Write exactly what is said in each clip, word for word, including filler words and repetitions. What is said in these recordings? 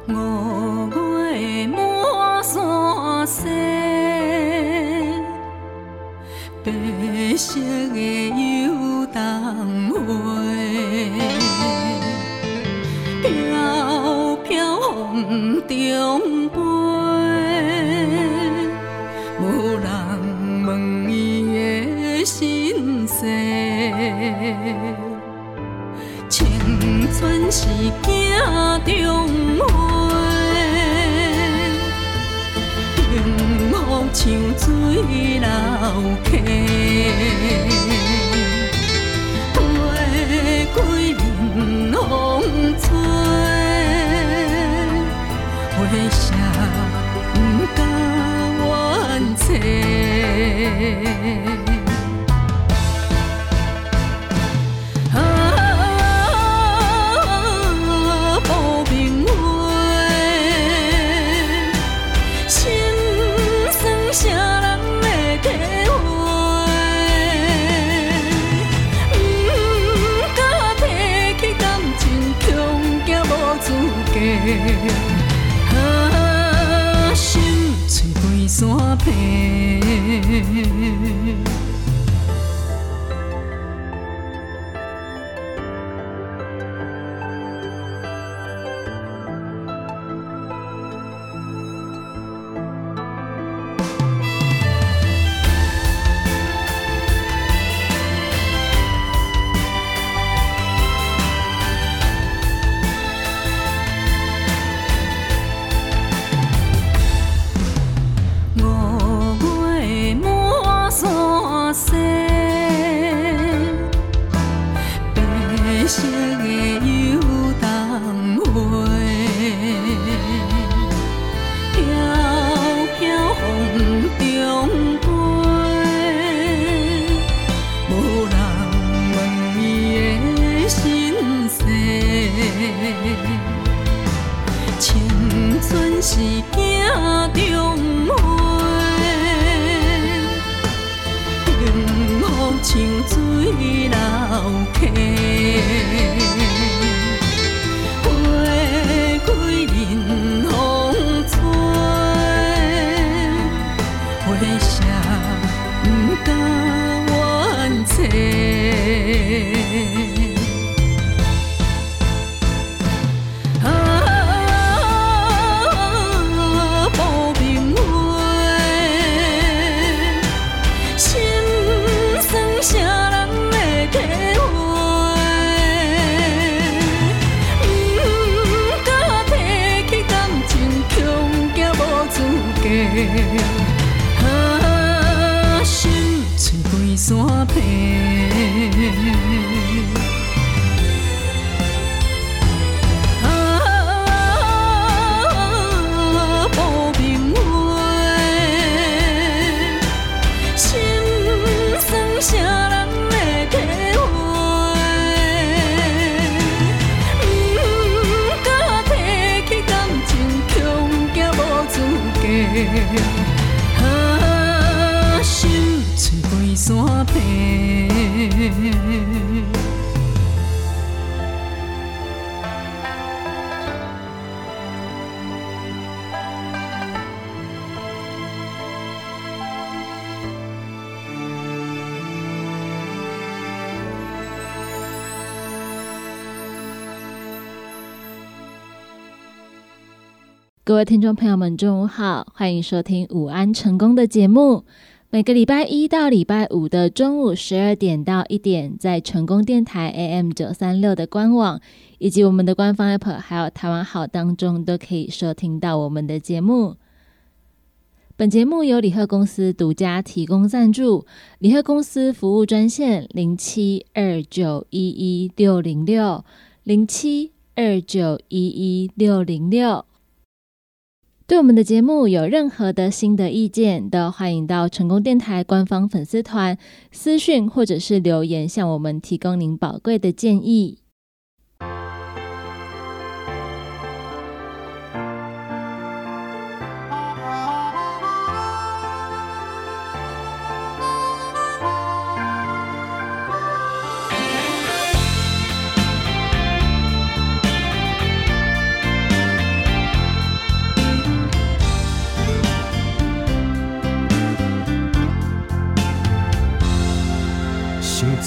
五月满山西，白色的油桐花，飘飘风中飞，无人问伊的身世。青春是镜中花，幸福像水流溪，花开任风吹，花谢不敢怨嗟。啊，心碎归山坪。是镜中花，幸福像水流溪，花开任风吹，花谢不敢怨嗟。啊，心碎归山坪。啊，心碎归山坪。 各位听众朋友们，中午好，欢迎收听午安成功的节目。每个礼拜一到礼拜五的中午十二点到一点，在成功电台 A M 九三六 的官网以及我们的官方 App 还有台湾好当中都可以收听到我们的节目。本节目由礼贺公司独家提供赞助，礼贺公司服务专线零七二九一一六零六 零七二九一一六零六。对我们的节目有任何的新的意见，都欢迎到成功电台官方粉丝团私讯或者是留言，向我们提供您宝贵的建议。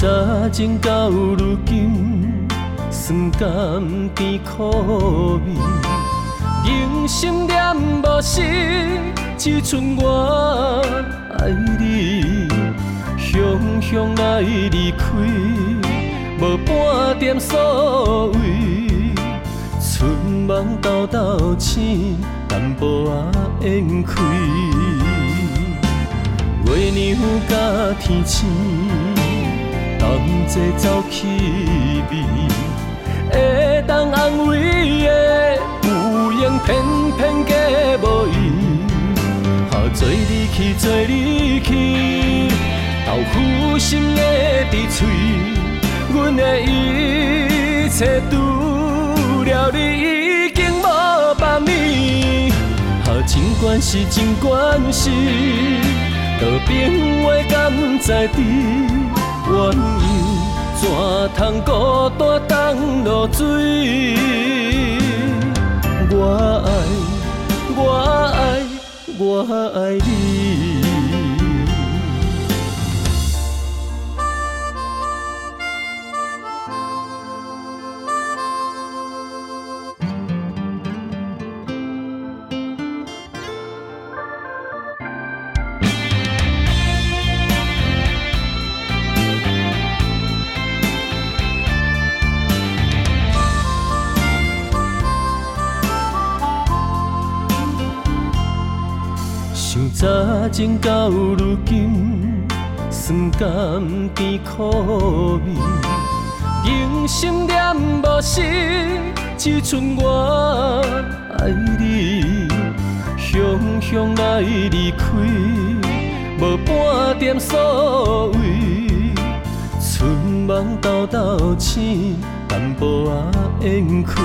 早情到如今，酸甘甜苦味，人生念无实，只剩我爱你。雄雄来离开，无半点所谓，春梦豆豆醒，淡薄仔烟开。月娘甲天星，同齐走气味，会当安慰的有缘，偏偏假无意。好做你去，做你去，豆腐心的伫嘴，阮的一切除了你已经无别物。好尽管是尽管是。道别话敢在知，缘由怎通孤单当落水？我爱，我爱，我爱你。早情到如今，酸甘甜苦味，人生念无实，只剩我爱你。雄雄来离开，无半点所谓，春梦豆豆醒，淡薄仔烟开。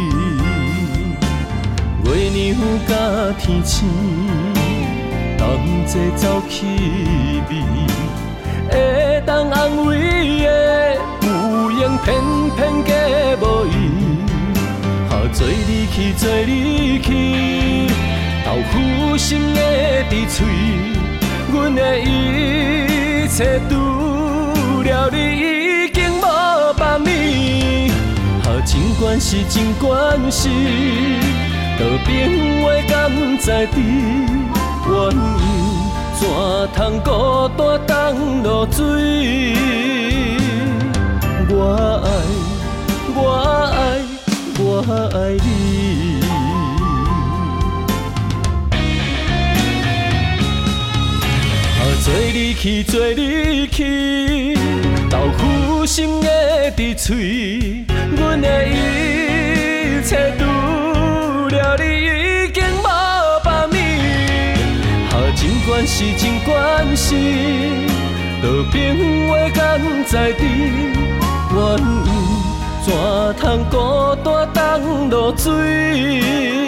月娘甲天星。同齐走气味，会当安慰的有缘，偏偏假无意。好做你去，做你去，豆腐心的伫嘴，阮的一切除了你已经无别物。好尽管是尽管是，道别话敢在知？缘由怎通孤单当落水？我爱，我爱，我爱你。啊，做你去，做你去，豆腐心的伫嘴，阮的一切除了你已经无。尽管是尽管是，道别话敢在知？缘由怎通孤单当落水？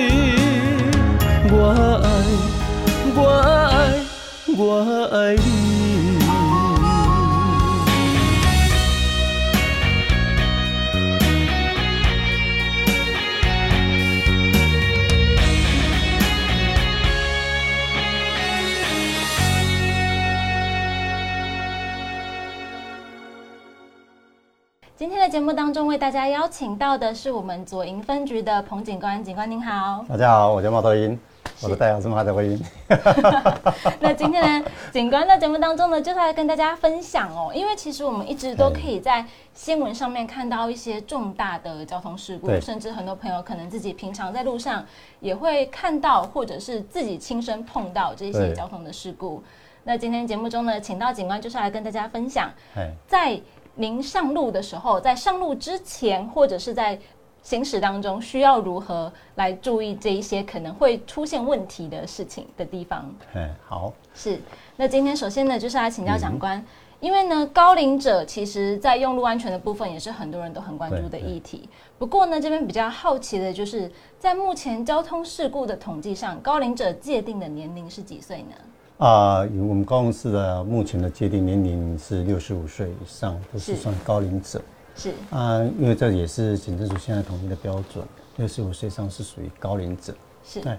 我爱，我爱，我爱你。 今天的节目当中，为大家邀请到的是我们左营分局的彭警官。警官您好。 大家好，我叫猫头鹰，我的代号是猫头鹰。 那今天呢，警官在节目当中呢，就是来跟大家分享哦，因为其实我们一直都可以在新闻上面看到一些重大的交通事故，甚至很多朋友可能自己平常在路上也会看到，或者是自己亲身碰到这些交通的事故。那今天节目中呢，请到警官就是来跟大家分享，在您上路的时候，在上路之前，或者是在行驶当中，需要如何来注意这一些可能会出现问题的事情的地方？ 哎，好， 是。那今天首先呢，就是来请教长官，嗯、因为呢，高龄者其实在用路安全的部分也是很多人都很关注的议题。不过呢，这边比较好奇的就是，在目前交通事故的统计上，高龄者界定的年龄是几岁呢？ 啊、呃，我们高雄市的目前的界定年龄是六十五岁以上，都是算高龄者。 是啊、呃，因为这也是警政署现在统一的标准，六十五岁以上是属于高龄者。 是。 对，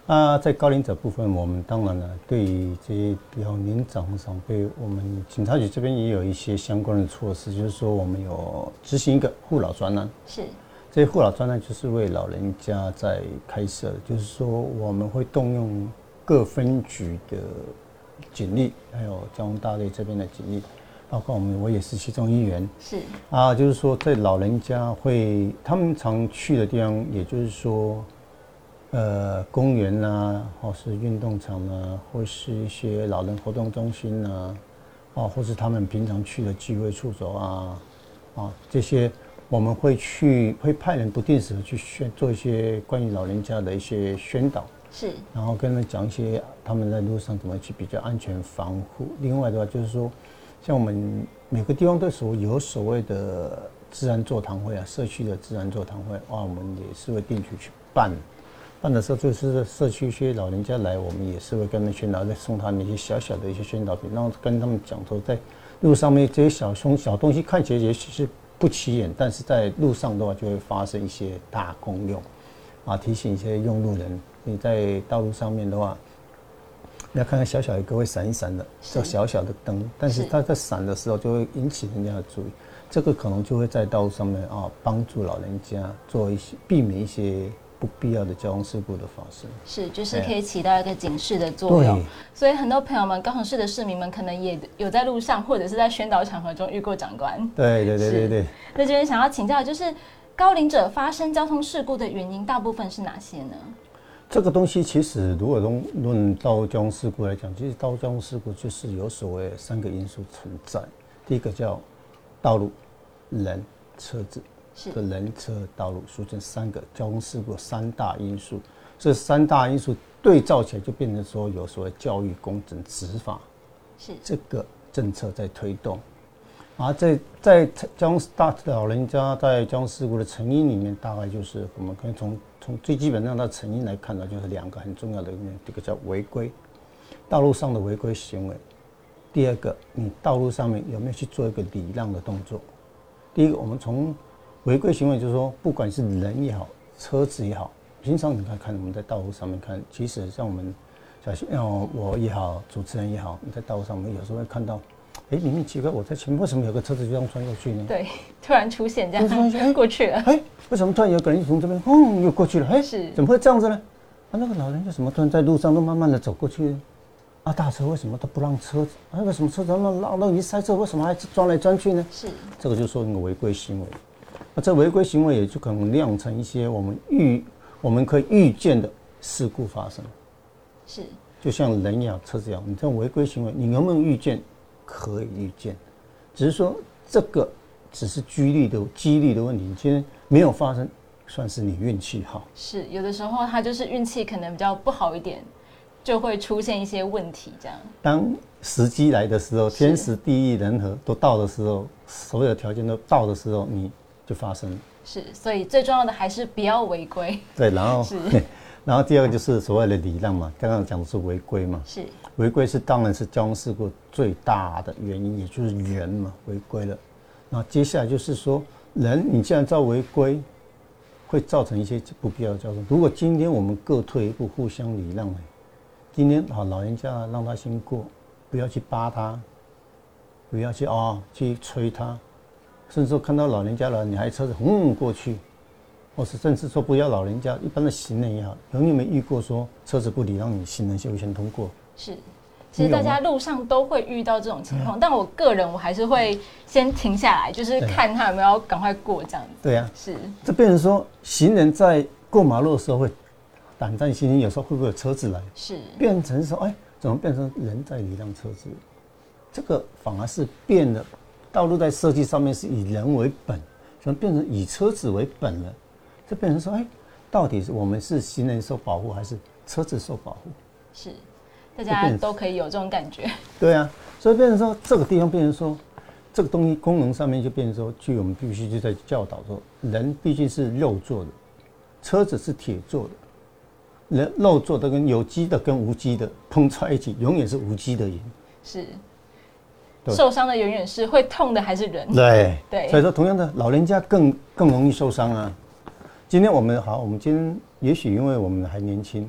啊，在高龄者部分，我们当然了，对于这些比较年长的长辈，我们警察局这边也有一些相关的措施，就是说我们有执行一个护老专案。 是， 这些护老专案就是为老人家在开设的，就是说我们会动用各分局的警力，还有交通大队这边的警力，包括我们我也是其中一员。 是啊，就是说在老人家会他们常去的地方，也就是说。呃，公园啊，或是运动场啊，或是一些老人活动中心啊，啊，或是他们平常去的聚会处所啊，啊，这些我们会去，会派人不定时的去宣做一些关于老人家的一些宣导， 是， 然后跟他们讲一些他们在路上怎么去比较安全防护。另外的话就是说，像我们每个地方都所有所谓的自然座谈会啊，社区的自然座谈会，哇，我们也是会定期去办。办的时候，就是社区一些老人家来，我们也是会跟他们宣导，再送他们一些小小的一些宣导品，然后跟他们讲说，在路上面这些小熊小东西看起来也许是不起眼，但是在路上的话就会发生一些大功用，啊，提醒一些用路人，你在道路上面的话，你要看看小小一个会闪一闪的，叫小小的灯，但是它在闪的时候就会引起人家的注意，这个可能就会在道路上面啊帮助老人家做一些避免一些。不必要的交通事故的发生， 是就是可以起到一个警示的作用。所以很多朋友们，高雄市的市民们可能也有在路上或者是在宣导场合中遇过长官。 对对对对对。 那这边想要请教的就是高龄者发生交通事故的原因，大部分是哪些呢？ 这个东西其实如果论道路交通事故来讲，其实道路交通事故就是有所谓三个因素存在。第一个叫道路、人、车子。的人车道路，俗称三个交通事故三大因素，这三大因素对照起来，就变成说有所谓教育、公正、执法，是这个政策在推动。而在在交通大老人家在交通事故的成因里面，大概就是我们可以从从最基本上的成因来看到，就是两个很重要的一面，第一个叫违规，道路上的违规行为；第二个，你道路上面有没有去做一个礼让的动作？第一个，我们从违规行为就是说，不管是人也好，车子也好，平常你看看我们在道路上面看，其实像我们小心，哦，我也好，主持人也好，你在道路上面有时候会看到，哎，明明奇怪，我在前面为什么有个车子就这样穿过去呢？ 对，突然出现这样，突然哎过去了， 哎，为什么突然有个人从这边轰又过去了？哎，是怎么会这样子呢？啊，那个老人家什么突然在路上都慢慢的走过去呢？啊，大车为什么都不让车子？啊，为什么车子那么绕到一塞车，为什么还钻来钻去呢？是，这个就说那个违规行为。那这违规行为也就可能酿成一些我们预我们可以预见的事故发生。是，就像人一样，车子一样，你这种违规行为，你能不能预见？可以预见，只是说这个只是几率的几率的问题。今天没有发生，算是你运气好。 是，有的时候它就是运气可能比较不好一点，就会出现一些问题。这样， 当时机来的时候，天时地利人和都到的时候，所有的条件都到的时候，你。就发生了， 是，所以最重要的还是不要违规。 对，然后，然后第二个就是所谓的礼让嘛，刚刚讲的是违规嘛，是，违规是当然是交通事故最大的原因，也就是人嘛，违规了。那接下来就是说，人你既然照违规，会造成一些不必要的交通。如果今天我们各退一步，互相礼让，今天好老人家让他先过，不要去扒他，不要去哦去催他。甚至说看到老人家了，你还车子轰过去，或是甚至说不要老人家，一般的行人也好，有没有遇过说车子不礼让你行人优先通过？ 是，其实大家路上都会遇到这种情况，但我个人我还是会先停下来，就是看他有没有赶快过这样子。 对啊， 是。 这变成说行人在过马路的时候会胆战心惊，有时候会不会有车子来？是。变成说，哎，怎么变成人在礼让车子？这个反而是变了。道路在设计上面是以人为本，怎么变成以车子为本了？这变成说，哎，到底是我们是行人受保护，还是车子受保护？ 是，大家都可以有这种感觉。 对啊，所以变成说，这个地方变成说，这个东西功能上面就变成说，就我们必须就在教导说，人毕竟是肉做的，车子是铁做的，人肉做的跟有机的跟无机的碰在一起，永远是无机的赢。 是。受伤的永远是会痛的，还是人？ 对对，所以说同样的，老人家更更容易受伤啊。今天我们好，我们今天也许因为我们还年轻，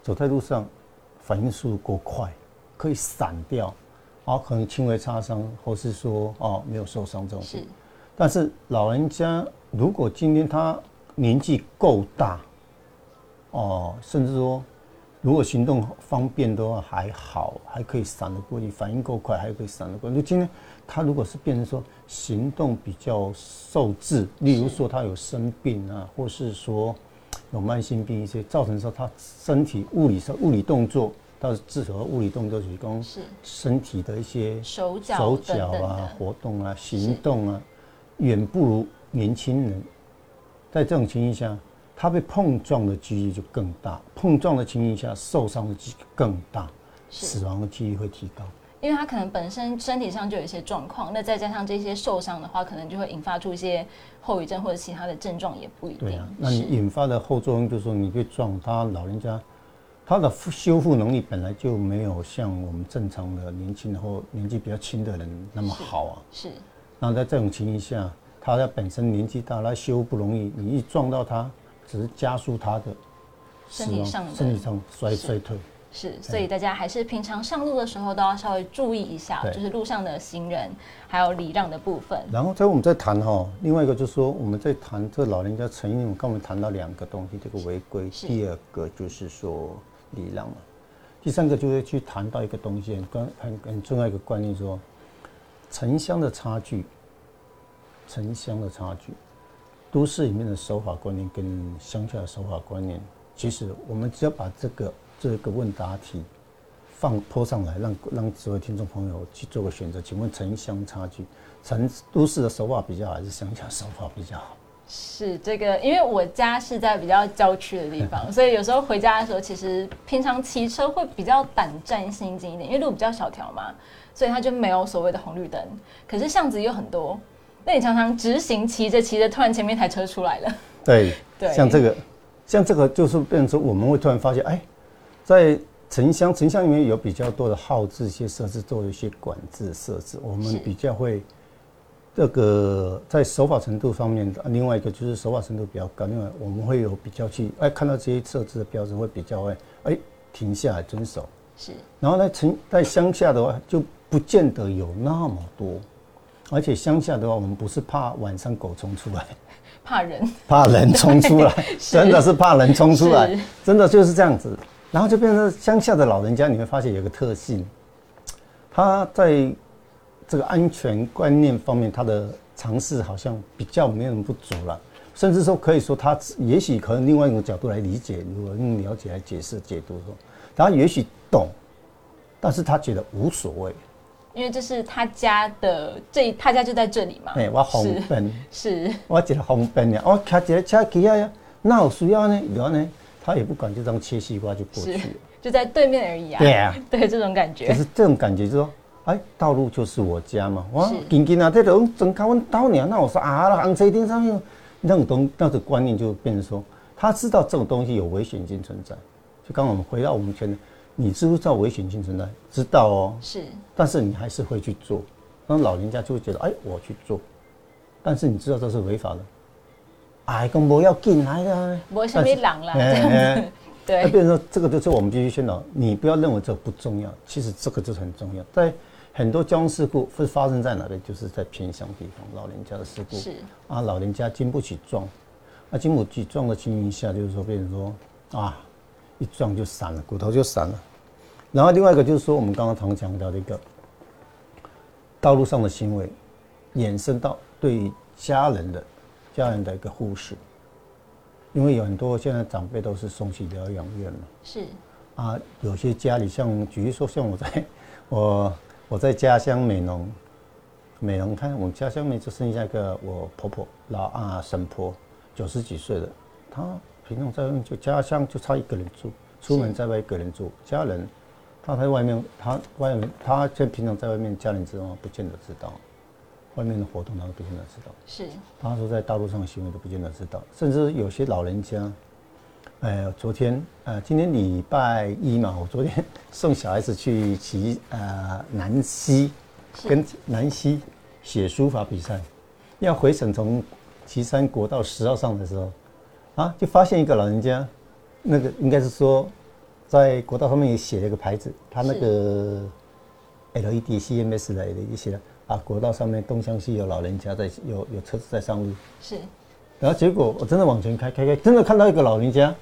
走在路上反应速度够快，可以闪掉，然后可能轻微擦伤，或是说哦没有受伤这种。是。但是老人家如果今天他年纪够大，哦，甚至说如果行动方便的话还好，还可以闪得过去，反应够快还可以闪得过去。就今天他如果是变成说行动比较受制，例如说他有生病啊，或是说有慢性病一些，造成说他身体物理上物理动作，他至少物理动作提供身体的一些手脚手脚啊活动啊行动啊，远不如年轻人。在这种情形下，他被碰撞的几率就更大，碰撞的情形下受伤的几率更大，死亡的几率会提高。 因为他可能本身身体上就有一些状况，那再加上这些受伤的话，可能就会引发出一些后遗症或者其他的症状，也不一定。对啊， 那你引发的后作用就是说，你被撞，他老人家他的修复能力本来就没有像我们正常的年轻人或年纪比较轻的人那么好啊。是。是那在这种情形下，他的本身年纪大，他修不容易，你一撞到他，只是加速他的身体上的身体上衰衰退。 是，所以大家还是平常上路的时候都要稍微注意一下，就是路上的行人还有礼让的部分。 然后在我们在谈哈，另外一个就是说我们在谈这老人家成因，我们刚才谈到两个东西，这个违规，第二个就是说礼让嘛，第三个就会去谈到一个东西，很很很重要一个观念说，城乡的差距，城乡的差距，都市里面的守法观念跟乡下的守法观念，其实我们只要把这个。这个问答题放泼上来，让让所有听众朋友去做个选择。请问城乡差距，城都市的手法比较好，还是乡下手法比较好？ 是这个，因为我家是在比较郊区的地方，所以有时候回家的时候，其实平常骑车会比较胆战心惊一点，因为路比较小条嘛，所以它就没有所谓的红绿灯。可是巷子有很多，那你常常直行骑着骑着，突然前面一台车出来了。 对对，像这个，像这个就是变成说，我们会突然发现，哎。在城乡，城乡里面有比较多的号志一些设置，做一些管制设置，我们比较会这个在守法程度方面，另外一个就是守法程度比较高，另外我们会有比较去哎看到这些设置的标志，会比较会哎停下来遵守。是，然后在城在乡下的话，就不见得有那么多，而且乡下的话，我们不是怕晚上狗冲出来。 怕人， 怕人冲出来，真的是怕人冲出来，真的就是这样子。然后就变成乡下的老人家，你会发现有个特性，他在这个安全观念方面，他的尝试好像比较没有那么不足了，甚至说可以说他也许可能另外一种角度来理解，如果用了解来解释解读说，他也许懂，但是他觉得无所谓， 因为这是他家的这他家就在这里嘛。 哎，我方便是， 我一个方便呀，我开一个车机啊，哪有需要呢？然后呢？他也不管，就这样切西瓜就过去了， 就在对面而已啊。 对啊， 对这种感觉， 就是这种感觉，就是说，哎，道路就是我家嘛，我近近啊，这种整靠我刀呢，那我说啊，红车顶上面那种东，那个观念就变成说，他知道这种东西有危险性存在。就刚刚我们回到我们前面，你知不知道危险性存在？知道哦，是，但是你还是会去做。那老人家就会觉得，哎，我去做，但是你知道这是违法的。哎，讲不要进来的， 没什么人啦，这样子。对， 变成说这个就是我们必须宣导，你不要认为这不重要，其实这个就是很重要。在很多交通事故会发生在哪里？就是在偏乡地方，老人家的事故。是啊，老人家经不起撞，啊，经不起撞的情形下，就是说变成说啊，一撞就散了，骨头就散了。然后另外一个就是说，我们刚刚常讲到的一个道路上的行为，衍生到对家人的。家人的一个忽视，因为有很多现在长辈都是送去疗养院嘛。是啊，有些家里像，举例说，像我在我我在家乡美浓，美浓看我们家乡美就剩下一个我婆婆老啊婶婆，九十几岁的，她平常在外面就家乡就差一个人住，出门在外一个人住，家人她在外面，她外面她现在平常在外面，家人知道吗？不见得知道。外面的活动他都不见得知道，是他说在道路上的行为都不见得知道，甚至有些老人家，呃，昨天呃，今天礼拜一嘛，我昨天送小孩子去骑呃南溪，跟南溪写书法比赛，要回程从旗山国道十号上的时候，啊，就发现一个老人家，那个应该是说在国道上面也写了一个牌子，它那个 L E D C M S 的 L E D 写了啊，国道上面东向西有老人家在，有有车子在上路。 是。 然后结果我真的往前开开开，真的看到一个老人家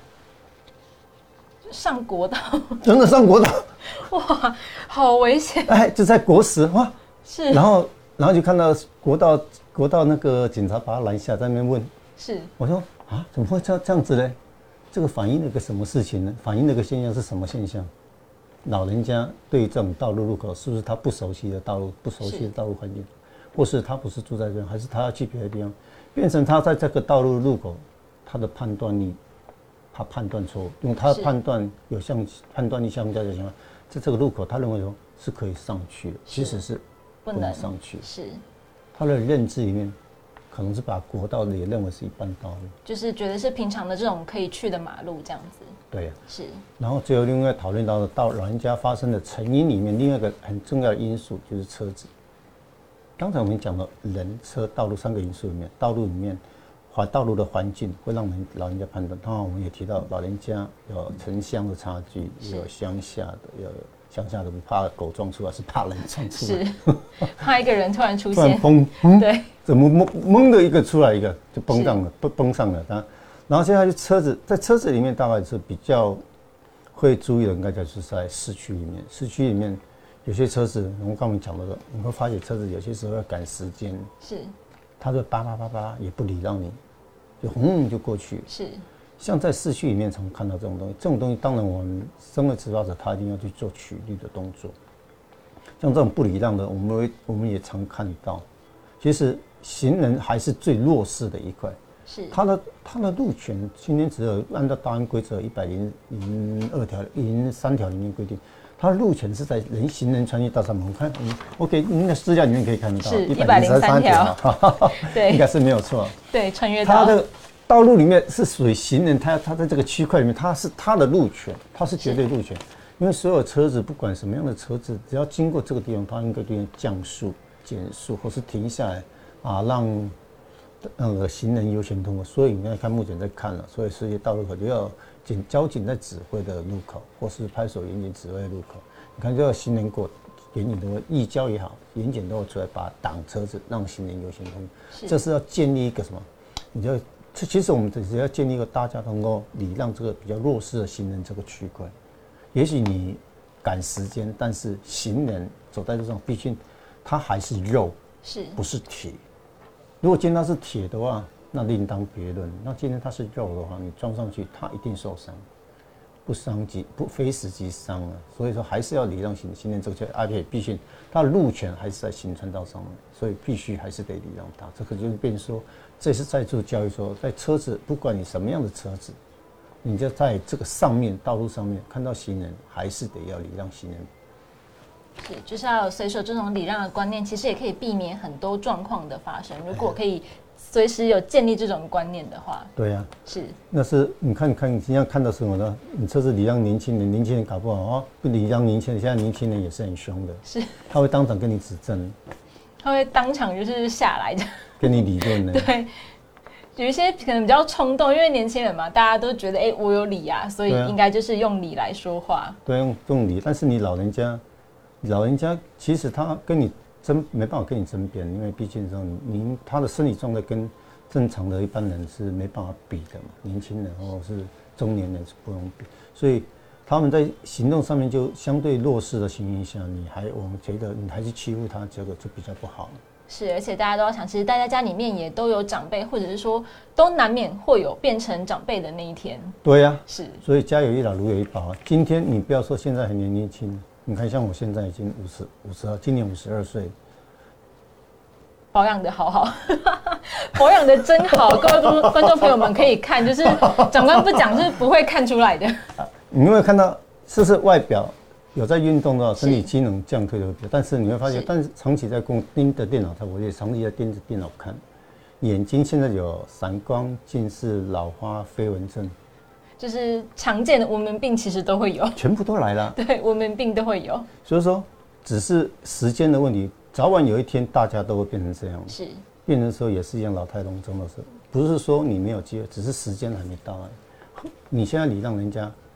上国道， 真的上国道， 哇，好危险！ 哎，就在国十哇， 是。 然后然后就看到国道国道那个警察把他拦下，在那边问， 是。 我说啊，怎么会这样这样子呢？这个反映了个什么事情呢？反映了个现象是什么现象？老人家对于这种道路路口，是不是他不熟悉的道路、不熟悉的道路环境，或是他不是住在这边，还是他要去别的地方，变成他在这个道路路口，他的判断力，他判断错误，因为他的判断有像判断力相较的情况，在这个路口，他认为说是可以上去的，其实是不能上去。 是， 他的认知里面。可能是把国道也认为是一般道路， 就是觉得是平常的这种可以去的马路这样子。 对呀、啊， 是。然后最后另外讨论到的到老人家发生的成因里面，另外一个很重要的因素就是车子。刚才我们讲了人、车、道路三个因素里面，道路里面环道路的环境会让人老人家判断。当然我们也提到老人家有城乡的差距，也有乡下的，有乡下的不怕狗撞出来，是怕人撞出来， 是怕一个人突然出现， 突然崩， 对。 怎么蒙蒙的一个出来一个就崩上了，崩崩上了它，然后现在就车子在车子里面大概是比较会注意的，应该就是在市区里面。市区里面有些车子，我刚刚讲的，你会发现车子有些时候要赶时间， 是， 他就叭叭叭叭也不礼让你，就轰就过去。 是， 像在市区里面常看到这种东西，这种东西当然我们身为执法者，他一定要去做取缔的动作。像这种不礼让的，我们会我们也常看到，其实。行人还是最弱势的一块， 是他的他的路权，今天只有按照道安规则一百零零二条、零三条里面规定，他的路权是在人行人穿越道上面。我看，嗯，我给您的资料里面可以看得到， 是一百零三条， 对，应该是没有错。 对，穿越道， 他的道路里面是属于行人，他他在这个区块里面，他是他的路权，他是绝对路权，因为所有车子不管什么样的车子，只要经过这个地方，他应该对降速、减速或是停下来。啊，让那个行人优先通过，所以你看目前在看了，所以世界道路口就要警交警在指挥的路口，或是派出所远景指挥的路口，你看就要行人过，远景都会义交也好，远景都会出来把挡车子，让行人优先通过。这是要建立一个什么？你就这其实我们只是要建立一个大家能够礼让这个比较弱势的行人这个区块。也许你赶时间，但是行人走在路上，毕竟它还是肉， 是不是铁？如果今天它是铁的话，那另当别论。那今天它是肉的话，你撞上去，它一定受伤，不伤即不非死即伤啊。所以说还是要礼让行行人这个，而且毕竟它的路权还是在行船道上面，所以必须还是得礼让它。这个就是变成说，这是在做教育说，在车子不管你什么样的车子，你就在这个上面道路上面看到行人，还是得要礼让行人。 是，就是要有随手这种礼让的观念，其实也可以避免很多状况的发生。如果可以随时有建立这种观念的话， 对呀、啊， 是。那是你看看你今天看到什么呢？你车子礼让年轻人，年轻人搞不好哦，不礼让年轻人，现在年轻人也是很凶的， 是， 他会当场跟你指正， 他会当场就是下来的，跟你理论的， 对。有一些可能比较冲动，因为年轻人嘛，大家都觉得哎、欸，我有理啊，所以应该就是用理来说话。 对，用用理，但是你老人家。老人家其实他跟你争没办法跟你争辩，因为毕竟说您他的身体状态跟正常的一般人是没办法比的嘛，年轻人或者是中年人是不容易比，所以他们在行动上面就相对弱势的情形下，你还我们觉得你还是欺负他，这个就比较不好了。 是，而且大家都要想，其实大家家里面也都有长辈，或者是说都难免会有变成长辈的那一天。 对呀、啊， 是， 所以家有一老如有一宝。今天你不要说现在很年轻。你看，像我现在已经五十五十二，今年五十二岁， 保养的好好，保养的真好。各位观众朋友们可以看，就是长官不讲是不会看出来的。 你会看到，是不是外表有在运动的话，身体机能降退的会比较，但是你会发现，但是长期在工盯着电脑，他我也长期在盯着电脑看，眼睛现在有散光、近视、老花、飞蚊症。 就是常见的文明病，其实都会有， 全部都来了。 对，文明病都会有。 所以说，只是时间的问题，早晚有一天大家都会变成这样。 是， 变成时候也是一样，老态龙钟的时候，不是说你没有机会，只是时间还没到来。你现在礼让人家，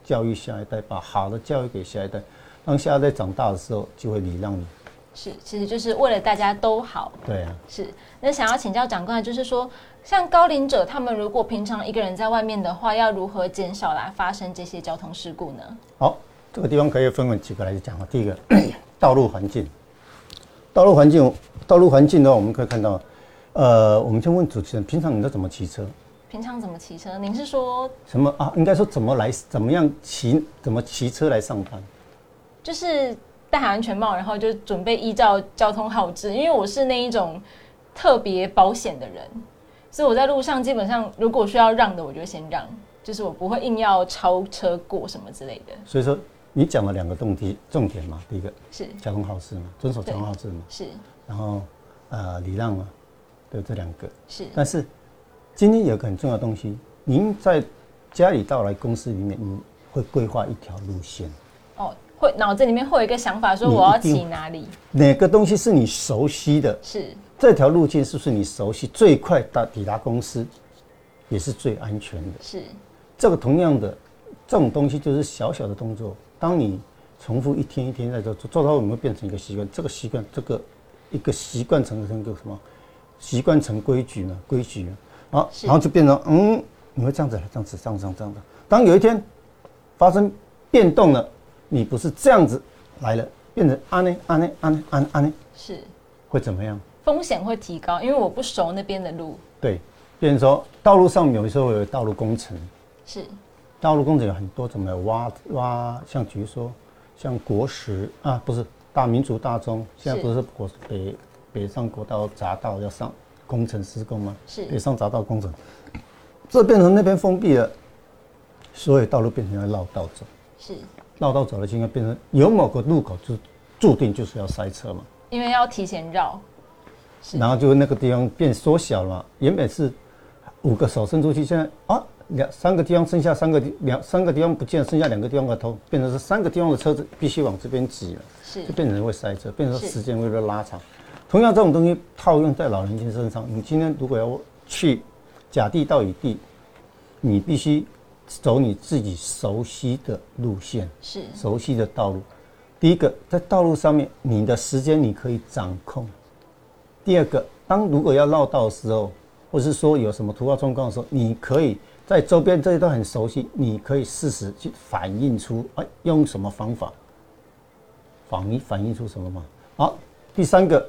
教育下一代，把好的教育给下一代，让下一代长大的时候就会礼让你。 是，其实就是为了大家都好。 对啊。 是，那想要请教长官，就是说，像高龄者他们如果平常一个人在外面的话，要如何减少来发生这些交通事故呢？ 好，这个地方可以分为几个来讲啊。第一个，道路环境，道路环境，道路环境的话，我们可以看到，呃，我们先问主持人，平常你都怎么骑车？ 平常怎么骑车？您是说什么啊？应该说怎么来，怎么样骑，怎么骑车来上班？ 就是戴好安全帽，然后就准备依照交通号志，因为我是那一种特别保险的人，所以我在路上基本上如果需要让的，我就先让，就是我不会硬要超车过什么之类的。 所以说你讲了两个重点重点嘛，第一个是交通号志嘛，遵守交通号志嘛， 是， 然后呃礼让嘛，对，这两个是。 但是今天有个很重要的东西，您在家里到来公司里面，你会规划一条路线。 哦，会脑子里面会有一个想法，说我要骑哪里， 哪个东西是你熟悉的？ 是这条路径是不是你熟悉？最快到抵达公司，也是最安全的。 是这个同样的，这种东西就是小小的动作，当你重复一天一天在做，做到有没有变成一个习惯？这个习惯，这个一个习惯成成一个什么？习惯成规矩呢？规矩呢？啊，然后就变成嗯，你会这样子，这样子，这样子，这样子。当有一天发生变动了，你不是这样子来了，变成安呢安呢安呢安安呢， 是会怎么样？ 风险会提高，因为我不熟那边的路。 对，变成说道路上有时候有道路工程， 是道路工程有很多种的挖挖，像比如说像国十啊，不是大民族大中，现在不是国北北上国道匝道要上工程施工吗？ 是北上匝道工程，这变成那边封闭了，所有道路变成要绕道走。 是绕道走的情况变成有某个路口就注定就是要塞车嘛， 因为要提前绕， 然后就那个地方变缩小了嘛。原本是五个手伸出去，现在啊两三个地方剩下三个两三个地方不见，剩下两个地方的头，变成是三个地方的车子必须往这边挤了， 是就变成会塞车，变成时间会拉长。同样这种东西套用在老人家身上，你今天如果要去甲地到乙地，你必须走你自己熟悉的路线， 是熟悉的道路。第一个，在道路上面，你的时间你可以掌控；第二个，当如果要绕道的时候，或是说有什么突发状况的时候，你可以在周边这些都很熟悉，你可以适时去反映出，哎，用什么方法反映反映出什么嘛？好，第三个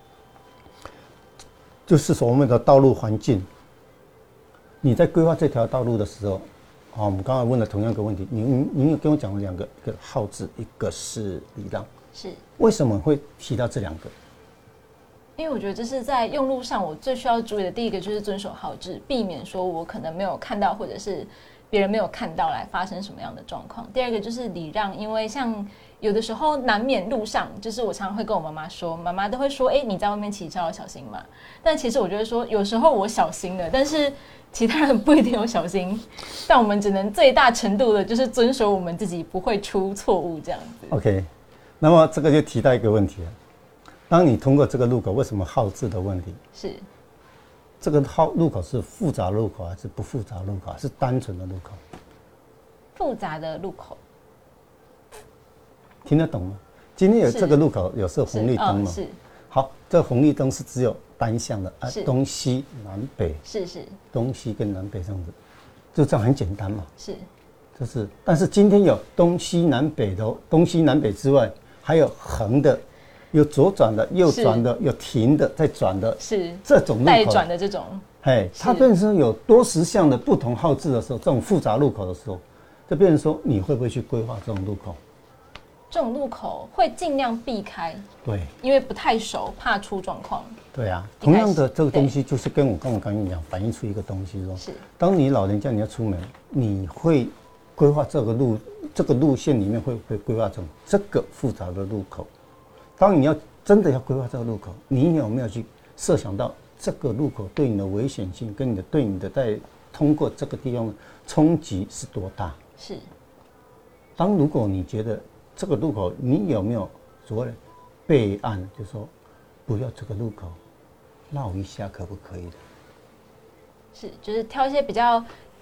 就是所谓的道路环境。你在规划这条道路的时候，好，我们刚才问了同样一个问题，您您有跟我讲了两个，一个号志，一个是礼让， 是。 为什么会提到这两个？ 因为我觉得这是在用路上我最需要注意的。第一个就是遵守号志，避免说我可能没有看到，或者是别人没有看到来发生什么样的状况。第二个就是礼让，因为像有的时候难免路上，就是我常常会跟我妈妈说，妈妈都会说，哎、欸，你在外面骑车要小心嘛。但其实我觉得说，有时候我小心了，但是其他人不一定有小心，但我们只能最大程度的就是遵守我们自己，不会出错误这样子。 OK， 那么这个就提到一个问题了。当你通过这个路口，为什么号志的问题？ 是这个号路口是复杂路口还是不复杂路口，还是单纯的路口？ 复杂的路口， 听得懂吗？今天有这个路口有设红绿灯嘛？ 是。 好，这红绿灯是只有单向的，啊，东西南北。 是是。 东西跟南北这样子，就这样很简单嘛。 是。 就是，但是今天有东西南北的，东西南北之外，还有横的。有左转的，右转的，有停的，再转的， 是这种路口带转的这种。 嘿，它变成有多十项的不同号志的时候，这种复杂路口的时候，就变成说你会不会去规划这种路口？ 这种路口会尽量避开， 对， 因为不太熟，怕出状况。 对啊，同样的这个东西就是跟我刚刚刚跟你讲，反映出一个东西说， 是当你老人家你要出门，你会规划这个路这个路线里面会不会规划成这个复杂的路口？当你要真的要规划这个路口，你有没有去设想到这个路口对你的危险性，跟你的对你的在通过这个地方的冲击是多大？ 是。 当如果你觉得这个路口，你有没有所谓的备案，就是说不要这个路口绕一下，可不可以的？ 是，就是挑一些比较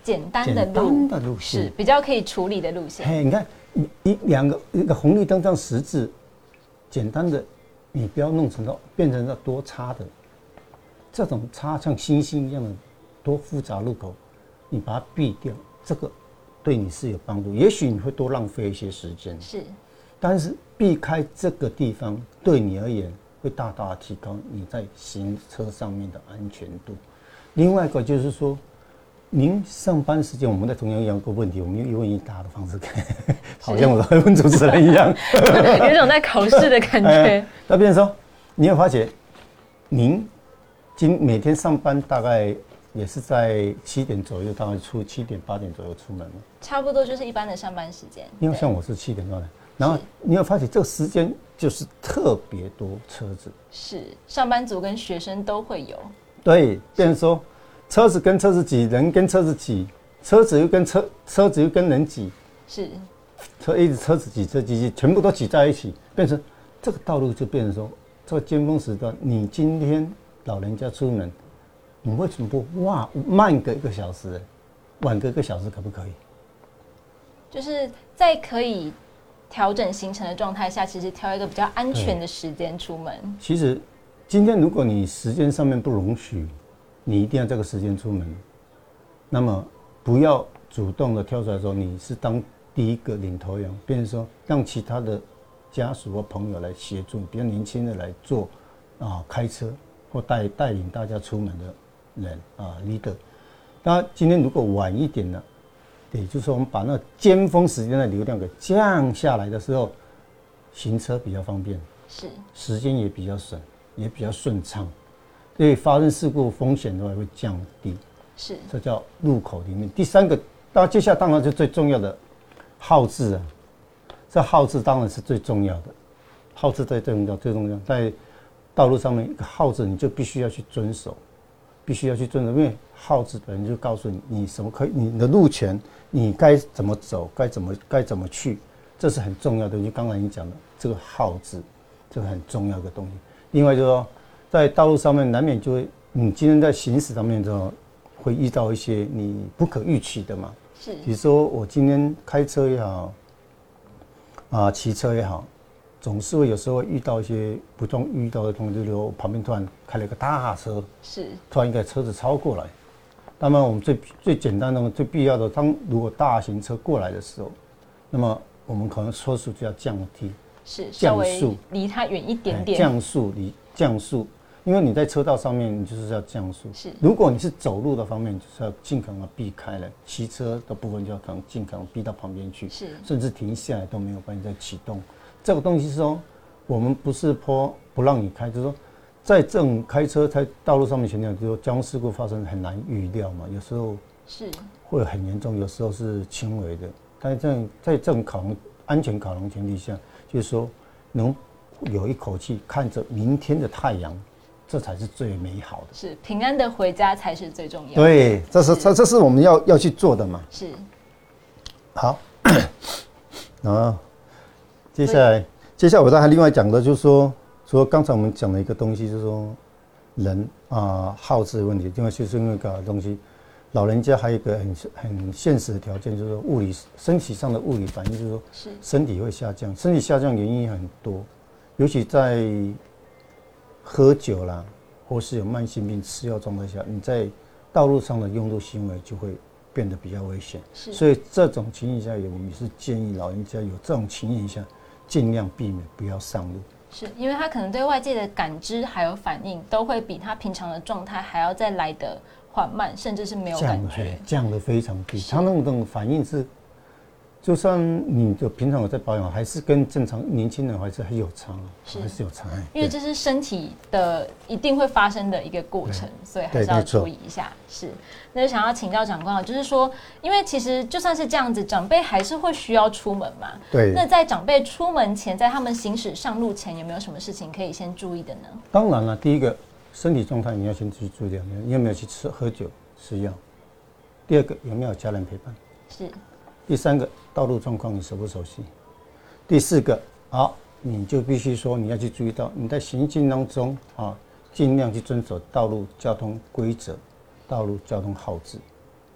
简单的路， 简单的路线是比较可以处理的路线。 嘿，你看一两个一个红绿灯这样十字，简单的，你不要弄成到变成了多差的，这种差像星星一样的多复杂路口，你把它避掉，这个对你是有帮助。也许你会多浪费一些时间， 是， 但是避开这个地方，对你而言会大大的提高你在行车上面的安全度。另外一个就是说，您上班时间，我们在同样一样个问题，我们用一问一答的方式看，好像我在问主持人一样， 有一种在考试的感觉。 那变成说，你会发觉，您今每天上班大概也是在七点左右，大概出七点八点左右出门嘛， 差不多就是一般的上班时间。 因为像我是七点多来，然后你会发觉这个时间就是特别多车子， 是上班族跟学生都会有。 对，变成说。车子跟车子挤，人跟车子挤，车子又跟车车子又跟人挤， 是， 车一直车子挤，车挤挤，全部都挤在一起，变成这个道路就变成说，这个尖峰时段，你今天老人家出门，你为什么不哇慢个一个小时，晚个一个小时可不可以？ 就是在可以调整行程的状态下，其实挑一个比较安全的时间出门。 其实今天如果你时间上面不容许。你一定要这个时间出门，那么不要主动的跳出来说你是当第一个领头羊，变成说让其他的家属或朋友来协助，比较年轻的来做啊开车或带带领大家出门的人啊 leader。那今天如果晚一点呢，也就是说我们把那尖峰时间的流量给降下来的时候，行车比较方便， 是时间也比较省，也比较顺畅。所以发生事故风险的话会降低， 是， 这叫路口里面。第三个，当然接下来当然就最重要的号志啊，这号志当然是最重要的，号志最重要最重要，在道路上面一个号志你就必须要去遵守，必须要去遵守，因为号志本身就告诉你你什么可以，你的路权，你该怎么走，该怎么该怎么去，这是很重要的。就刚才你讲的这个号志，这个很重要的东西。另外就是说。在道路上面难免就会，你今天在行驶上面之后，会遇到一些你不可预期的嘛。 是。 比如说我今天开车也好，啊骑车也好，总是会有时候会遇到一些不中遇到的东西，例如旁边突然开了一个大车， 是。 突然一个车子超过来，那么我们最最简单的、最必要的，当如果大型车过来的时候，那么我们可能车速就要降低， 是稍微离它远一点点， 降速离降速。因为你在车道上面，你就是要降速。 是， 如果你是走路的方面，就是要尽可能避开了；骑车的部分就要可能尽可能避到旁边去， 是， 甚至停下来都没有办法再启动。这个东西是说，我们不是说不让你开，就是说，在这种开车在道路上面前讲，就是说交通事故发生很难预料嘛，有时候是会很严重，有时候是轻微的。但是这种在这种考量安全考量前提下，就是说能有一口气看着明天的太阳。这才是最美好的， 是平安的回家才是最重要的。 对，这是这这是我们要要去做的嘛。 是， 好，啊，接下来接下来我再还另外讲的就是说，除了刚才我们讲的一个东西，就是说人啊耗资的问题，另外就是那个东西，老人家还有一个很很现实的条件，就是说物理身体上的物理反应，就是说是身体会下降，身体下降原因很多，尤其在喝酒啦，或是有慢性病吃药状态下，你在道路上的用路行为就会变得比较危险。所以这种情形下，我们也是建议老人家有这种情形下，尽量避免不要上路。 是因为他可能对外界的感知还有反应，都会比他平常的状态还要再来得缓慢，甚至是没有感觉， 降得非常低。他那种反应是。就算你的平常有在保养，还是跟正常年轻人还是很有差，还是有差。 因为这是身体的一定会发生的一个过程，所以还是要注意一下。是，那就想要请教长官，就是说，因为其实就算是这样子，长辈还是会需要出门嘛。 对。 那在长辈出门前，在他们行驶上路前，有没有什么事情可以先注意的呢？ 当然了，第一个身体状态你要先去注意掉，你有没有去吃喝酒吃药？第二个有没有家人陪伴？ 是。 第三个，道路状况你熟不熟悉？第四个，好，你就必须说你要去注意到你在行进当中啊，尽量去遵守道路交通规则、道路交通号志，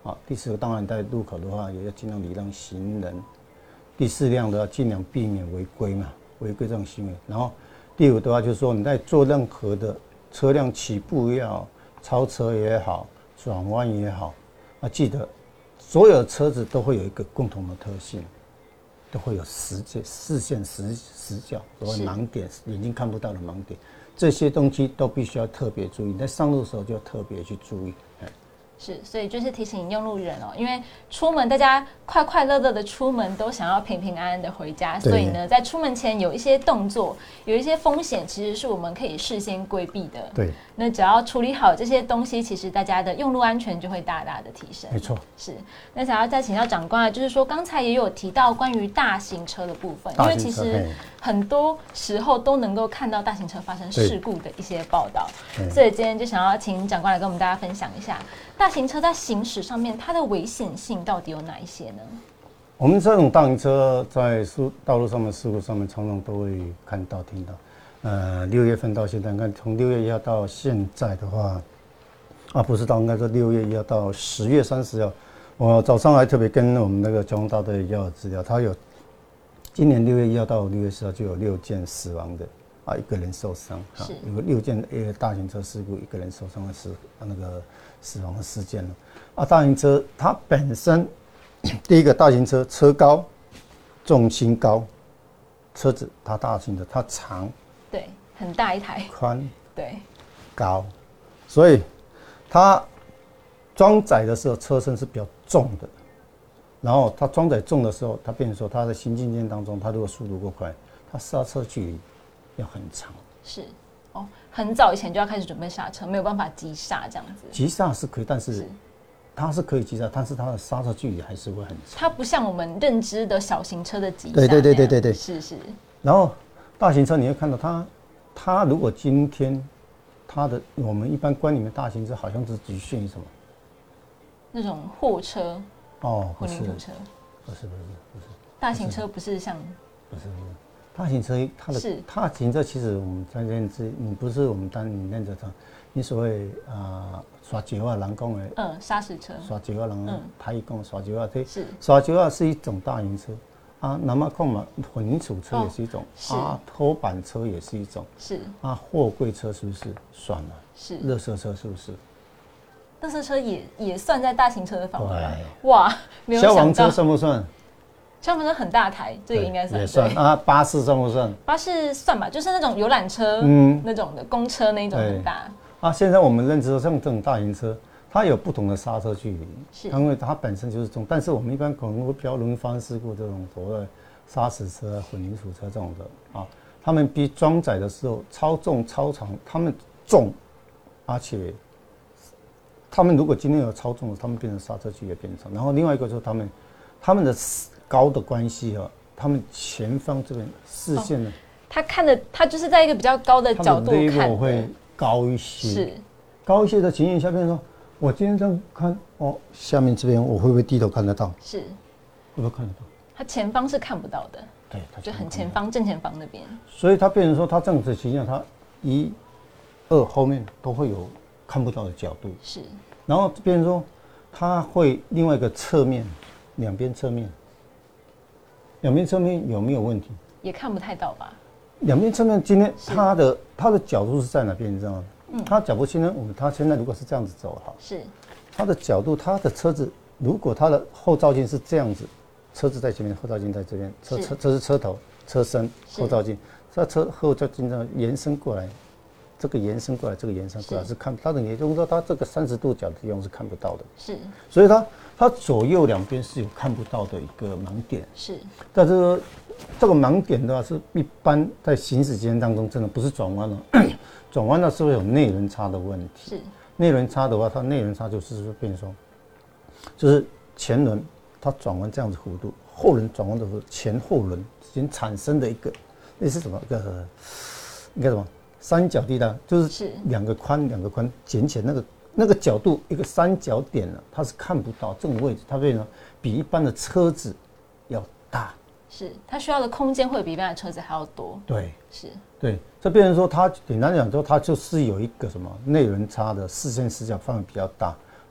好，第四个当然在路口的话，也要尽量礼让行人。第四辆的话，尽量避免违规嘛，违规这种行为。然后第五的话，就是说你在做任何的车辆起步也好，超车也好，转弯也好，啊，记得所有的车子都会有一个共同的特性，都会有视线、视线死死角，所谓盲点，眼睛看不到的盲点，这些东西都必须要特别注意。在上路的时候就要特别去注意。 是，所以就是提醒用路人哦，因为出门大家快快乐乐的出门，都想要平平安安的回家，所以呢，在出门前有一些动作，有一些风险，其实是我们可以事先规避的。 对， 那只要处理好这些东西，其实大家的用路安全就会大大的提升。 没错， 是。那想要再请教长官啊，就是说刚才也有提到关于大型车的部分，因为其实很多时候都能够看到大型车发生事故的一些报道，所以今天就想要请长官来跟我们大家分享一下。大型车在行驶上面，它的危险性到底有哪一些呢？ 我们这种大型车在道路上面事故上面，常常都会看到、听到。呃，六月份到现在，你看从六月一号到现在的话，啊，不是到应该说六月一号到十月三十号，我早上还特别跟我们那个交通大队要资料，他有今年六月一号到六月十号就有六件死亡的。啊，一个人受伤，啊，有六件呃大型车事故，一个人受伤的死那个死亡的事件了。啊，大型车它本身，第一个大型车车高，重心高，车子它大型的它长， 对，很大一台， 宽， 对， 高，所以它装载的时候车身是比较重的，然后它装载重的时候，它变成说它的行进间当中，它如果速度过快，它刹车距离要很长， 是哦，很早以前就要开始准备刹车，没有办法急刹这样子。 急刹是可以，但是, 是它是可以急刹，但是它的刹车距离还是会很长。 它不像我们认知的小型车的急刹。 对对对对对对， 是是。 然后大型车你会看到它，它如果今天它的我们一般观里面大型车好像是局限于什么？ 那种货车哦， 混凝土车， 不是不是不是， 大型车不是像， 不是不是。大型车，它的大型车其实我们在认知，你不是我们单你认着它，你所谓啊刷石啊，人讲的， 嗯，砂石车， 刷石啊，人台语讲刷石啊，这是刷石啊是一种大型车啊，那么讲嘛，混凝土车也是一种，哦、啊，拖板车也是一种， 是啊，货柜车是不是算了？ 是， 垃圾车是不是？ 垃圾车也也算在大型车的范围内，哇，没有想到。 消防车算不算？ 消防车很大台，这个应该算也算啊。巴士算不算？ 巴士算吧，就是那种游览车，嗯，那种的公车那种很大。 啊，现在我们认知像这种大型车，它有不同的刹车距离，是因为它本身就是重。但是我们一般可能会比较容易发生事故，这种所谓的砂石车、混凝土车这种的啊，他们比装载的时候超重、超长，他们重，而且他们如果今天有超重的，他们变成刹车距离也变长。然后另外一个就是他们他们的高的关系啊，他们前方这边视线呢，哦、 他看的他就是在一个比较高的角度看的， 会高一些， 是高一些的情形下面说，我今天这样看哦，下面这边我会不会低头看得到？ 是， 会不会看得到？ 他前方是看不到的， 对， 就很前方正前方那边， 所以他变成说，他这样子情形下，他一、二后面都会有看不到的角度， 是， 然后变成说，他会另外一个侧面，两边侧面。两边侧面有没有问题？ 也看不太到吧。 两边侧面今天它的它的角度是在哪边？你知道吗？嗯，它角度现在我们它现在如果是这样子走好， 是它的角度，它的车子如果它的后照镜是这样子，车子在前面，后照镜在这边，车车这是车头车身后照镜，这车后照镜这样延伸过来，这个延伸过来，这个延伸过来是看它的，也就是说它这个三十度角的地方是看不到的。 是， 所以它。它左右两边是有看不到的一个盲点， 是。 但是这个盲点的话，是一般在行驶间当中，真的不是转弯了，转弯了是会有内轮差的问题。 是。 内轮差的话，它内轮差就是变成说，就是前轮它转弯这样子弧度，后轮转弯的弧度，前后轮之间产生的一个那是什么？一个应该什么三角地带，就是两个宽两个宽剪起来那个。那个角度一个三角点呢，它是看不到这种位置，它变成比一般的车子要大， 是它需要的空间会比一般的车子还要多。 对， 是， 对，这变成说它简单讲说，它就是有一个什么内轮差的视线死角范围比较大，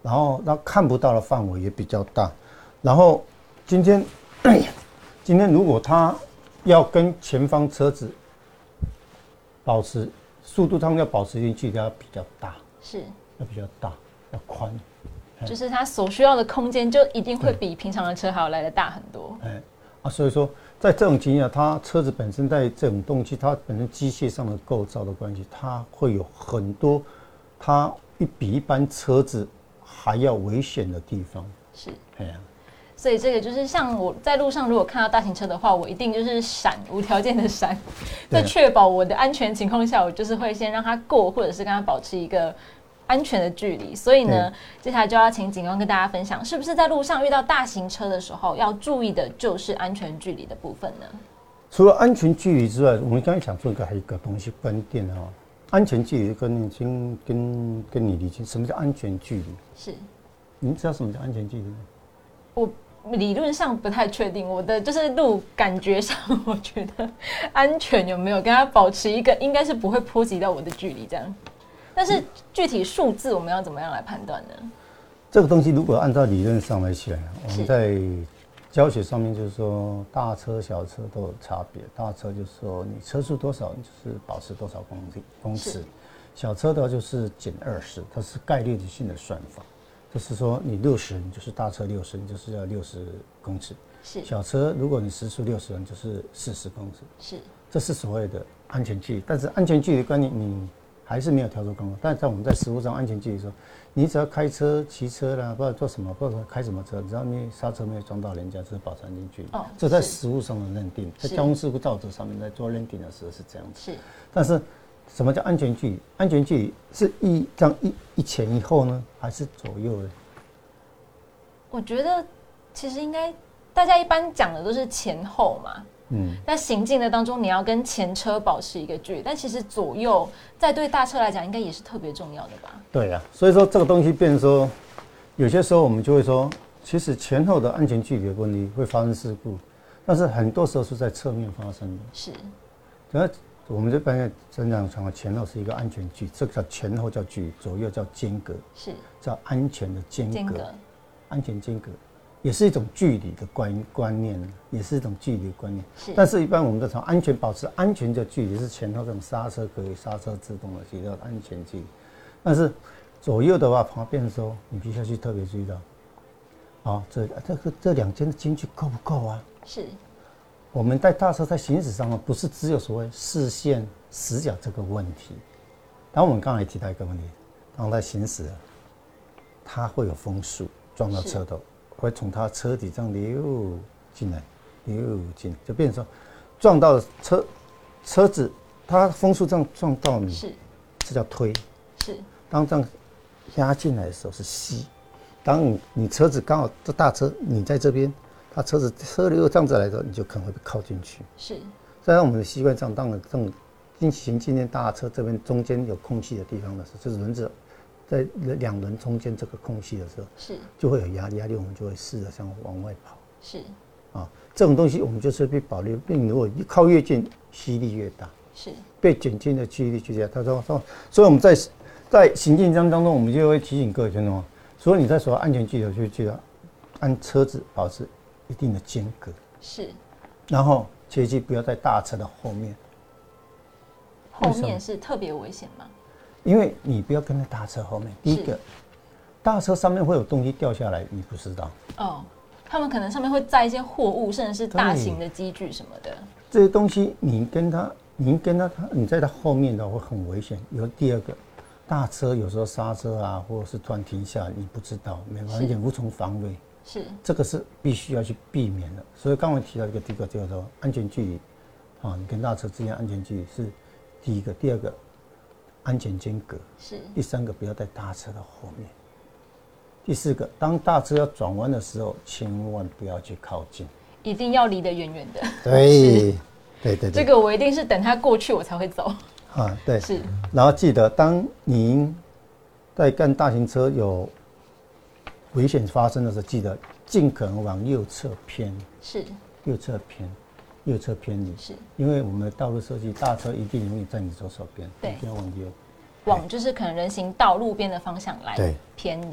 然后它看不到的范围也比较大。然后今天今天如果它要跟前方车子保持速度，上要保持一定距离，要比较大， 是要比较大，要宽。 就是它所需要的空间就一定会比平常的车还要来得大很多。 哎，啊，所以说在这种情况下，它车子本身在这种东西，它本身机械上的构造的关系，它会有很多它一比一般车子还要危险的地方。 是， 哎呀。 所以这个就是像我在路上如果看到大型车的话，我一定就是闪，无条件的闪，在确保我的安全情况下，我就是会先让它过，或者是跟它保持一个安全的距离。所以呢，接下来就要请警官跟大家分享，是不是在路上遇到大型车的时候，要注意的就是安全距离的部分呢？ 除了安全距离之外，我们刚才想说一个还有一个东西关键哈，安全距离跟你跟跟跟你理清什么叫安全距离？ 是， 你知道什么叫安全距离吗？ 我理论上不太确定，我的就是路感觉上，我觉得安全有没有跟它保持一个，应该是不会波及到我的距离这样。但是具体数字我们要怎么样来判断呢？ 这个东西如果按照理论上来起来，我们在教学上面就是说，大车小车都有差别。大车就是说你车速多少，你就是保持多少公里公尺；小车的话就是减二十，它是概率性的算法。就是说，你六十，你就是大车六十，你就是要六十公尺。 是小车，如果你时速六十，你就是四十公尺。 是， 这是所谓的安全距离。但是安全距离观念你还是没有调出刚刚。但是在我们在实务上，安全距离说，你只要开车、骑车啦，不知道做什么，不知道开什么车，只要你刹车没有撞到人家，就是保持安全距离。哦，这在实务上的认定，在交通事故造责上面在做认定的时候是这样子。 是， 但是。什么叫安全距离？安全距离是一这样一一前一后呢，还是左右呢？ 我觉得其实应该大家一般讲的都是前后嘛。嗯，在行进的当中，你要跟前车保持一个距离，但其实左右在对大车来讲，应该也是特别重要的吧？对呀、啊，所以说这个东西变成说，有些时候我们就会说，其实前后的安全距离的问题会发生事故，但是很多时候是在侧面发生的。是，然后。我们这边真正讲的前后是一个安全距，这个叫前后叫距离，左右叫间隔，是叫安全的间 隔, 隔，安全间隔也是一种距离的观观念，也是一种距离的观念。是，但是一般我们在讲安全保持安全的距离是前后这种刹车可以刹车制动的距离叫安全距离，但是左右的话旁边的时候，你必须要去特别注意到，啊，这这个这两间的间距够不够啊？是。我们在大车在行驶上呢，不是只有所谓视线死角这个问题。当我们刚才提到一个问题，当在行驶，它会有风速撞到车头，会从它车底这样流进来，流进来，就变成说撞到车车子，它风速这样撞到你，是，这叫推。是，当这样压进来的时候是吸。当你你车子刚好这大车你在这边。它车子车流这样子来的时候，你就可能会被靠进去。是，虽然我们的习惯上，当然这种进行今天大车这边中间有空隙的地方的时候，就是轮子在两轮中间这个空隙的时候，是就会有压力，压力我们就会试着向往外跑。是，啊，这种东西我们就是被保留，并如果一靠越近，吸力越大。是，被减轻的距离距离，他说说，所以我们在在行进当中，我们就会提醒各位听众，所以你在所谓安全距离，就记得按车子保持。一定的间隔是，然后切记不要在大车的后面。 后面是特别危险吗？ 因为你不要跟在大车后面。第一个，大车上面会有东西掉下来，你不知道。哦， 他们可能上面会载一些货物，甚至是大型的机具什么的。 这些东西你跟他，你跟他，你在他后面的会很危险。有第二个，大车有时候刹车啊，或者是突然停下，你不知道，没完全无从防卫。是，这个是必须要去避免的。所以刚刚提到一个第一个叫做安全距离，啊，你跟大车之间安全距离是第一个，第二个安全间隔是，第三个不要在大车的后面，第四个当大车要转弯的时候，千万不要去靠近， 一定要离得远远的。 对，对对对， 这个我一定是等他过去我才会走。 啊，对，是。然后记得，当您在跟大型车有危险发生的时候，记得尽可能往右侧偏，是右侧偏，右侧偏离，是因为我们的道路设计，大车一定容易在你左手边，对，一定要往右， 往就是可能人行道路边的方向来偏离。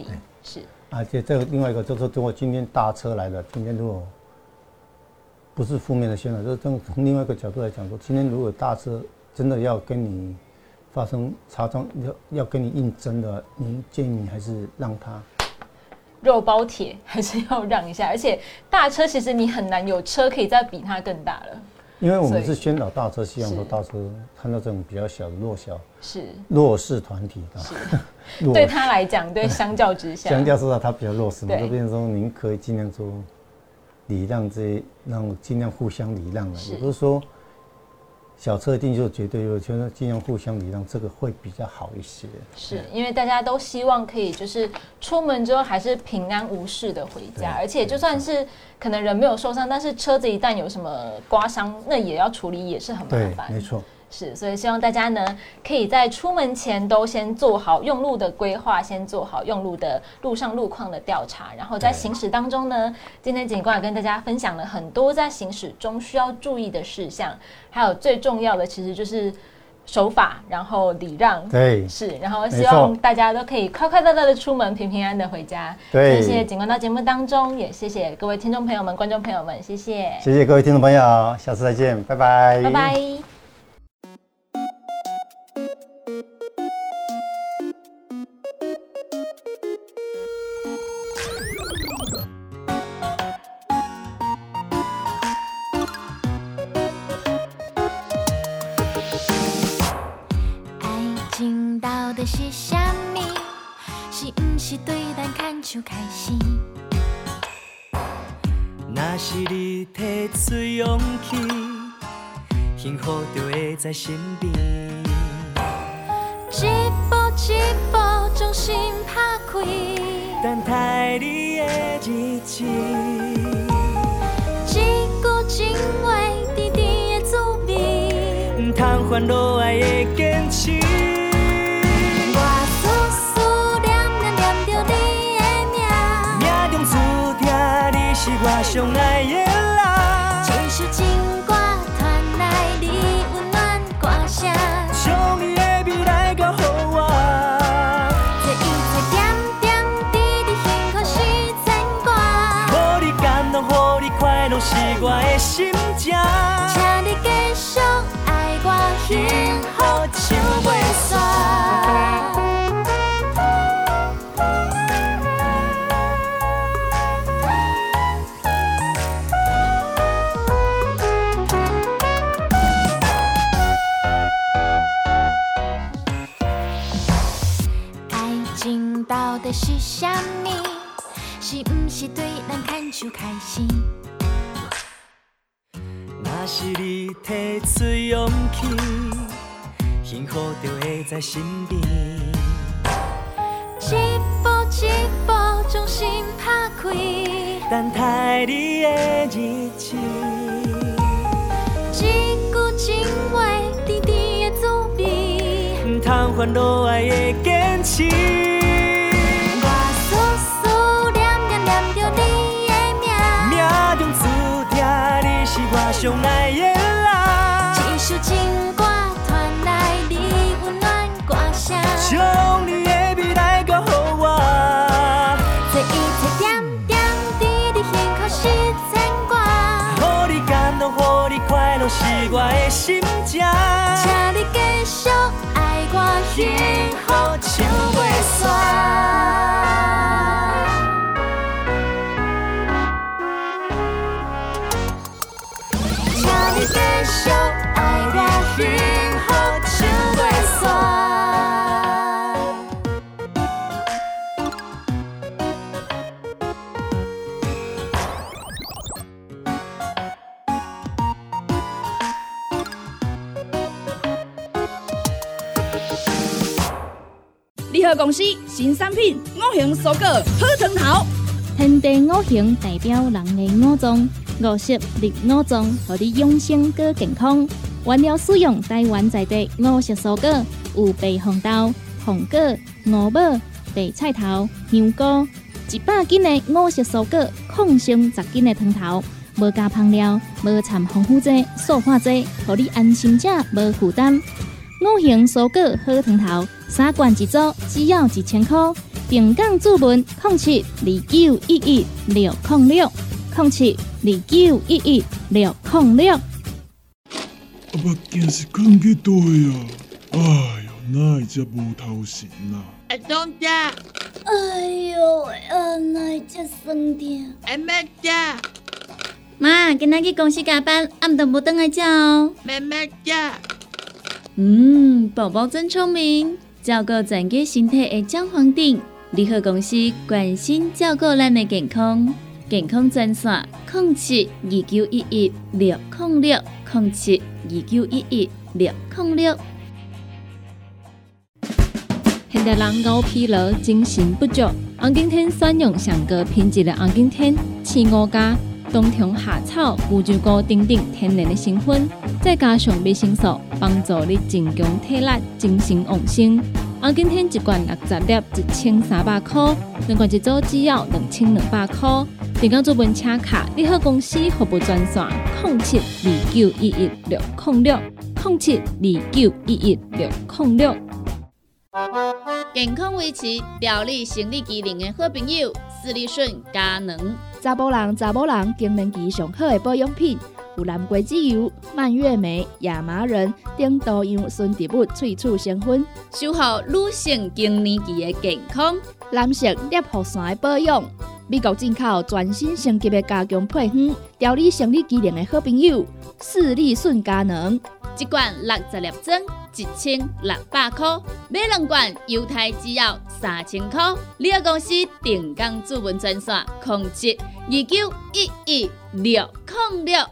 是， 而且这个另外一个就是，如果今天大车来了，今天如果不是负面的宣传，就是从另外一个角度来讲说，今天如果大车真的要跟你发生擦撞，要要跟你应征的，你建议你还是让他肉包铁，还是要让一下。而且大车其实你很难有车可以再比它更大了。 因为我们是宣导大车，希望说大车看到这种比较小的弱小、 是弱势团体的， 对他来讲，对相较之下， 相较之下他比较弱势嘛，就变成说您可以尽量说礼让这些，让尽量互相礼让了，也不是说小车一定就绝对优，就是尽量互相礼让，这个会比较好一些。 是因为大家都希望可以就是出门之后还是平安无事的回家，而且就算是可能人没有受伤，但是车子一旦有什么刮伤，那也要处理，也是很麻烦。 对，没错。 是，所以希望大家呢，可以在出门前都先做好用路的规划，先做好用路的路上路况的调查，然后在行驶当中呢，今天警官也跟大家分享了很多在行驶中需要注意的事项，还有最重要的其实就是守法，然后礼让， 对， 是，然后希望大家都可以快快乐乐的出门，平平安安的回家。 对， 谢谢警官到节目当中，也谢谢各位听众朋友们、观众朋友们，谢谢， 谢谢各位听众朋友，下次再见，拜拜， 拜拜。 是啥物？是毋是对咱牵手开始？ 若是你提出勇气，幸福就会在身边。 一步一步将心打开， 等待你的日子。 一句情话，甜甜的滋味， 唔通烦恼爱的坚持。是我上爱的人， 这首情歌传来你温暖歌声， 将你的未来交予我。 这一切点点滴滴幸福是牵挂， 予你感动，予你快乐是我的心情。 请你继续爱我，幸福唱袂煞。到底是啥物？是毋是对咱牵手开始？ 若是你提出勇气，幸福就会在身边。 一步一步将心打开， 等待你的日子。 一句情话，甜甜的滋味， 唔通烦恼爱的坚持。我上爱的人， 这首情歌传来你温暖歌声， 将你的未来交予我。 这一切点点滴滴幸福是牵挂， 予你感动，予你快乐是我的心情。 请你继续爱我，幸福唱袂煞。继续爱我，幸福唱袂煞。 利和公司新产品五行蔬果好汤头， 天地五行代表人的五脏。五色绿五脏，让你养生更健康。原料使用台湾在地五色蔬果，有白红豆、红果、五宝、白菜头、香菇，一百斤的五色蔬果，抗性十斤的汤头，无加香料，无掺防腐剂、塑化剂，让你安心吃无负担。五行蔬果好汤头，三罐一组，只要一千块。 平港注文零七二九一一六零六零七二九一一六零六。 啊，目镜是放去倒啊？哎哟，哪会这无头神啊？ 阿东姐， 哎呦，啊，哪会这酸痛？ 阿妹姐， 妈，今仔去公司加班，暗顿无回来吃哦。 妹妹姐， 嗯，宝宝真聪明，照顾全家身体的姜黄锭。联合公司关心照顾咱的健康，健康专线零七二九一一六零六零七二九一一六零六。现代人熬疲劳，精神不足。红景天选用上高品质的红景天青乌加、冬虫夏草、乌鸡菇等等天然的成分，再加上维生素，帮助你增强体力、精神旺盛。红景天一罐六十粒，一千三百块；两罐一组只要两千两百块。订购做文车卡，你好公司服务专线：零七二九一一六零六零七二九一一六零六。健康维持、调理生理机能的好朋友，斯利顺佳能。 查甫人、查某人更年期上好的保养品，有蓝桂枝油、蔓越莓、亚麻仁等多样纯植物萃取成分， 守护女性更年期的健康。 男性尿护伞的保养，美国进口全新升级的加强配方，调理生理机能的好朋友，斯利顺佳能。 一罐六十粒装，一千六百块；买两罐，犹太只要三千块。你个公司定岗主文专线：零七二九一一六零六。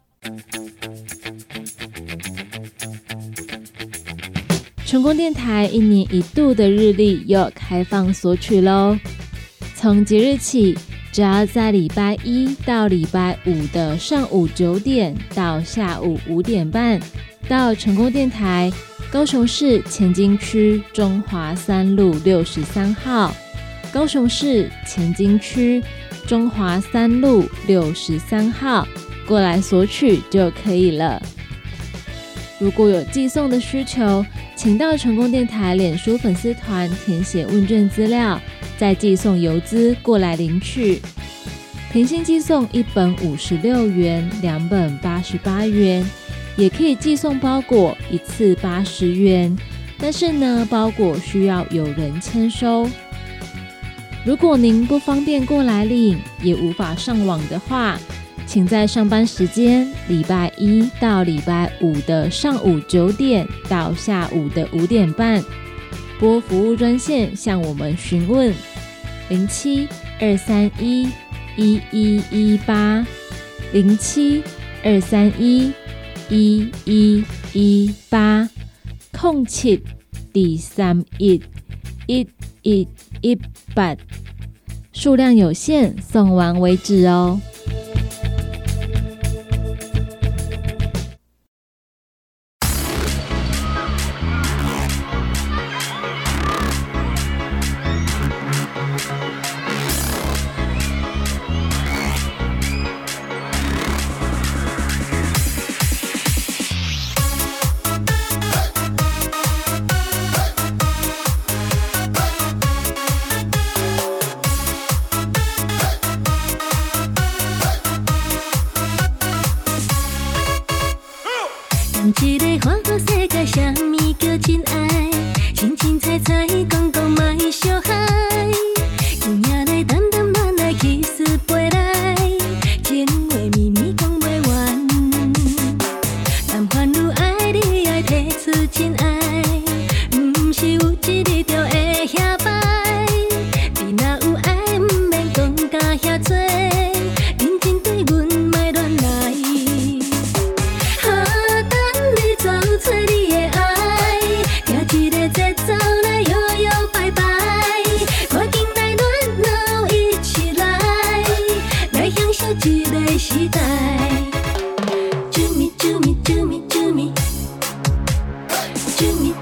成功电台一年一度的日历又开放索取喽！从即日起，只要在礼拜一到礼拜五的上午九点到下午五点半，到成功电台高雄市前金区中华三路六十三号，高雄市前金区中华三路六十三号过来索取就可以了。如果有寄送的需求，请到成功电台脸书粉丝团填写问卷资料，再寄送邮资过来领取。平行寄送一本五十六元，两本八十八元，也可以寄送包裹，一次八十元。但是呢，包裹需要有人签收。如果您不方便过来领，也无法上网的话，请在上班时间，礼拜一到礼拜五的上午九点到下午的五点半，拨服务专线向我们询问零七二三一一一一八零七二三一一一一八零七二三一一一一八，数量有限，送完为止哦。 一个花花世界，啥物叫真爱？清清彩彩，讲讲莫小孩。今夜来淡淡暖来，气势飞来，情话绵绵讲袂完。男欢女爱，你爱提出真爱，毋是有一日就会遐歹。你若有爱，毋免讲甲遐多，认真对阮莫乱来。找找你的爱，听一个节奏来摇摇摆摆，赶紧来暖闹一起来，来享受一个时代。啾咪啾咪啾咪啾咪，啾咪。